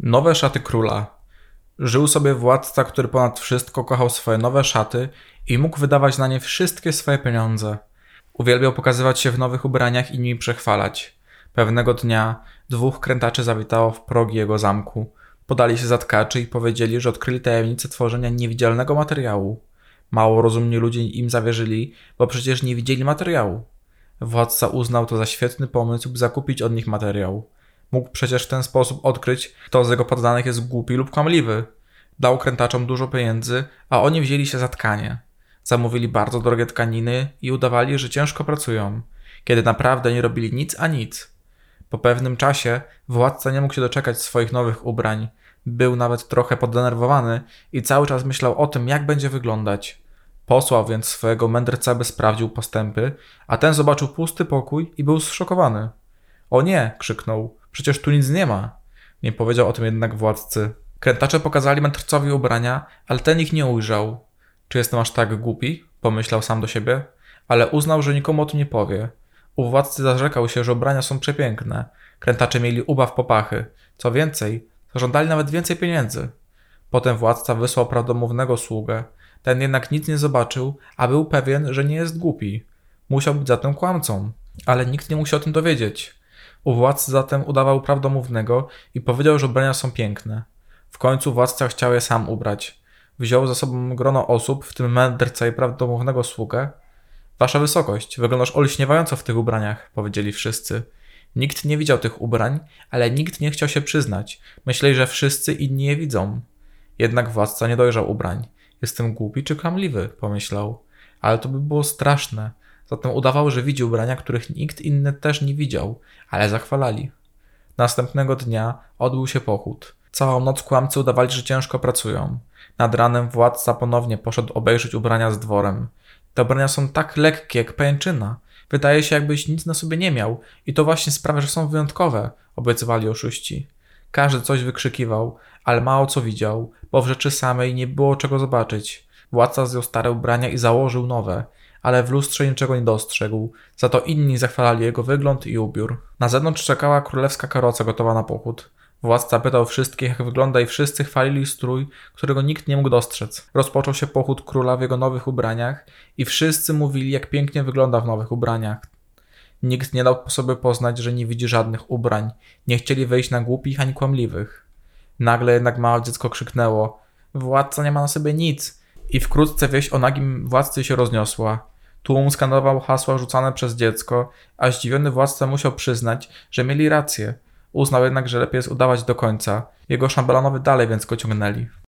Nowe szaty króla. Żył sobie władca, który ponad wszystko kochał swoje nowe szaty i mógł wydawać na nie wszystkie swoje pieniądze. Uwielbiał pokazywać się w nowych ubraniach i nimi przechwalać. Pewnego dnia 2 krętaczy zawitało w progi jego zamku. Podali się za tkaczy i powiedzieli, że odkryli tajemnicę tworzenia niewidzialnego materiału. Mało rozumni ludzie im zawierzyli, bo przecież nie widzieli materiału. Władca uznał to za świetny pomysł, by zakupić od nich materiał. Mógł przecież w ten sposób odkryć, kto z jego poddanych jest głupi lub kłamliwy. Dał krętaczom dużo pieniędzy, a oni wzięli się za tkanie. Zamówili bardzo drogie tkaniny i udawali, że ciężko pracują, kiedy naprawdę nie robili nic a nic. Po pewnym czasie władca nie mógł się doczekać swoich nowych ubrań. Był nawet trochę poddenerwowany i cały czas myślał o tym, jak będzie wyglądać. Posłał więc swojego mędrca, by sprawdził postępy, a ten zobaczył pusty pokój i był zszokowany. „O nie!” krzyknął. „Przecież tu nic nie ma!” Nie powiedział o tym jednak władcy. Krętacze pokazali mędrcowi ubrania, ale ten ich nie ujrzał. „Czy jestem aż tak głupi?” pomyślał sam do siebie, ale uznał, że nikomu o tym nie powie. U władcy zarzekał się, że ubrania są przepiękne. Krętacze mieli ubaw popachy. Co więcej, zażądali nawet więcej pieniędzy. Potem władca wysłał prawdomównego sługę. Ten jednak nic nie zobaczył, a był pewien, że nie jest głupi. Musiał być zatem kłamcą, ale nikt nie mógł się o tym dowiedzieć. U władcy zatem udawał prawdomównego i powiedział, że ubrania są piękne. W końcu władca chciał je sam ubrać. Wziął ze sobą grono osób, w tym mędrca i prawdomównego sługę. „Wasza wysokość, wyglądasz olśniewająco w tych ubraniach”, powiedzieli wszyscy. Nikt nie widział tych ubrań, ale nikt nie chciał się przyznać. Myśleli, że wszyscy inni je widzą. Jednak władca nie dojrzał ubrań. „Jestem głupi czy kłamliwy?” pomyślał. Ale to by było straszne. Zatem udawał, że widzi ubrania, których nikt inny też nie widział, ale zachwalali. Następnego dnia odbył się pochód. Całą noc kłamcy udawali, że ciężko pracują. Nad ranem władca ponownie poszedł obejrzeć ubrania z dworem. „Te ubrania są tak lekkie jak pajęczyna. Wydaje się, jakbyś nic na sobie nie miał i to właśnie sprawia, że są wyjątkowe”, obiecywali oszuści. Każdy coś wykrzykiwał, ale mało co widział, bo w rzeczy samej nie było czego zobaczyć. Władca zdjął stare ubrania i założył nowe, ale w lustrze niczego nie dostrzegł, za to inni zachwalali jego wygląd i ubiór. Na zewnątrz czekała królewska karoca gotowa na pochód. Władca pytał wszystkich, jak wygląda, i wszyscy chwalili strój, którego nikt nie mógł dostrzec. Rozpoczął się pochód króla w jego nowych ubraniach i wszyscy mówili, jak pięknie wygląda w nowych ubraniach. Nikt nie dał sobie poznać, że nie widzi żadnych ubrań. Nie chcieli wyjść na głupich ani kłamliwych. Nagle jednak małe dziecko krzyknęło: „Władca nie ma na sobie nic!” I wkrótce wieść o nagim władcy się rozniosła. Tłum skanował hasła rzucane przez dziecko, a zdziwiony władca musiał przyznać, że mieli rację. Uznał jednak, że lepiej jest udawać do końca. Jego szambelanowie dalej więc go ciągnęli.